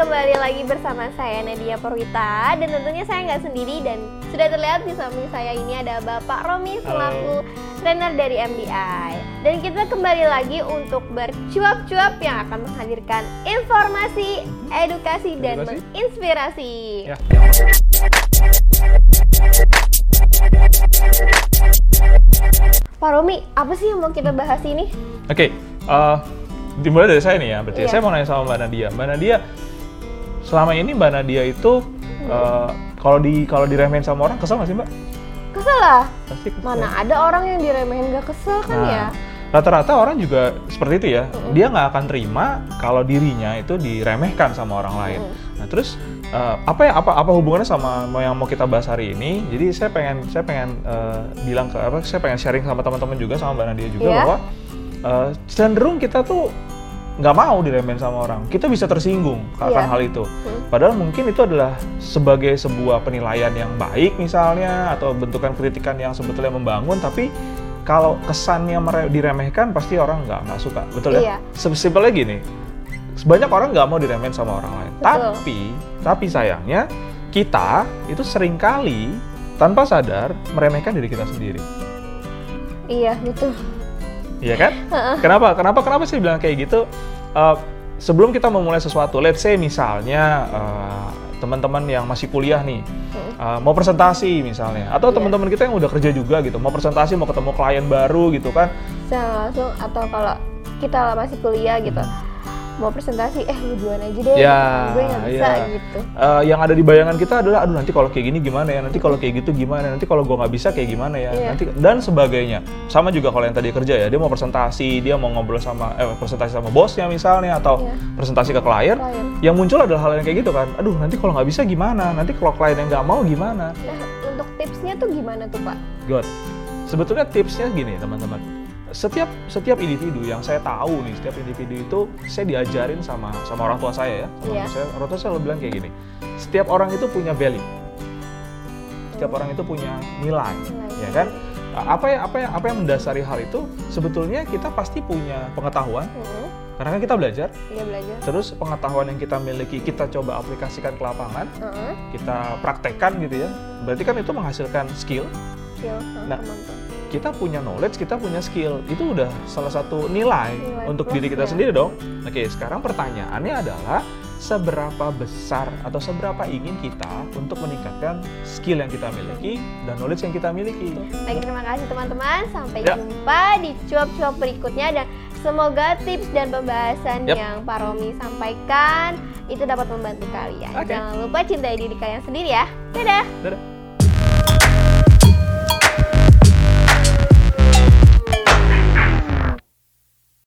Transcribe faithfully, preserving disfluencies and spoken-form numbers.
kembali lagi bersama saya Nadia Purwita. Dan tentunya saya nggak sendiri dan sudah terlihat di samping saya ini ada Bapak Romi selaku trainer dari M D I. Dan kita kembali lagi untuk bercuap-cuap yang akan menghadirkan informasi, edukasi, dan Edukasi? menginspirasi. Ya. Pak Romi, apa sih yang mau kita bahas ini? Oke, eh, dimulai dari saya nih ya, berarti Iya. saya mau nanya sama Mbak Nadia. Mbak Nadia, selama ini Mbak Nadia itu eh, kalau di kalau diremehin sama orang kesel nggak sih Mbak? Kesel lah. Pasti kesel. Mana ada orang yang diremehin gak kesel kan Nah, ya? rata-rata orang juga seperti itu ya. Dia nggak akan terima kalau dirinya itu diremehkan sama orang lain. Nah, terus eh, apa ya apa apa hubungannya sama yang mau kita bahas hari ini? Jadi saya pengen saya pengen eh, bilang ke apa? Saya pengen sharing sama teman-teman juga sama Mbak Nadia juga Iya. bahwa eh, cenderung kita tuh nggak mau diremehin sama orang. Kita bisa tersinggung akan Iya. hal itu. Hmm. Padahal mungkin itu adalah sebagai sebuah penilaian yang baik misalnya atau bentukan kritikan yang sebetulnya membangun, tapi kalau kesannya mere- diremehkan pasti orang nggak nggak suka, betul ya? Iya. Simpelnya gini, sebanyak orang nggak mau diremehin sama orang lain. Betul. Tapi, tapi sayangnya kita itu seringkali tanpa sadar meremehkan diri kita sendiri, Iya, betul. iya kan? Kenapa? Kenapa? Kenapa sih bilang kayak gitu? Uh, sebelum kita memulai sesuatu, let's say misalnya uh, teman-teman yang masih kuliah nih. Uh, mau presentasi misalnya, atau Iya. teman-teman kita yang udah kerja juga gitu, mau presentasi, mau ketemu klien baru gitu kan, Saya langsung, atau kalau kita masih kuliah gitu, mau presentasi, eh lu duluan aja deh, Ya, gue nggak bisa ya. gitu. Uh, yang ada di bayangan kita adalah, aduh nanti kalau kayak gini gimana ya, nanti kalau kayak gitu gimana, nanti kalau gue nggak bisa kayak gimana ya, Iya. nanti dan sebagainya. Sama juga kalau yang tadi kerja ya, dia mau presentasi, dia mau ngobrol sama, eh presentasi sama bosnya misalnya, atau Iya. presentasi ke klien, Klien. yang muncul adalah hal yang kayak gitu kan, aduh nanti kalau nggak bisa gimana, nanti kalau klien yang nggak mau gimana. Nah, untuk tipsnya tuh gimana tuh Pak? Good. Sebetulnya tipsnya gini teman-teman. Setiap setiap individu yang saya tahu nih, setiap individu itu saya diajarin sama sama orang tua saya ya. Sama Iya. saya, orang tua saya selalu bilang kayak gini. Setiap orang itu punya value. Setiap orang itu punya nilai, Nilai. ya kan? Apa ya apa ya apa yang mendasari hal itu? Sebetulnya kita pasti punya pengetahuan Hmm, karena kan kita belajar. iya belajar. Terus pengetahuan yang kita miliki kita coba aplikasikan ke lapangan, Heeh, kita praktekkan gitu ya. Berarti kan itu menghasilkan skill. skill, heeh, Nah, kemampuan. Kita punya knowledge, kita punya skill. Itu udah salah satu nilai, Nilai untuk plus diri kita ya. sendiri dong. Oke, sekarang pertanyaannya adalah seberapa besar atau seberapa ingin kita untuk meningkatkan skill yang kita miliki dan knowledge yang kita miliki. Baik, terima kasih teman-teman. Sampai Ya. jumpa di cuap-cuap berikutnya dan semoga tips dan pembahasan Yap. yang Pak Romi sampaikan itu dapat membantu kalian. Oke. Jangan lupa cintai diri kalian sendiri ya. Dadah! Dadah.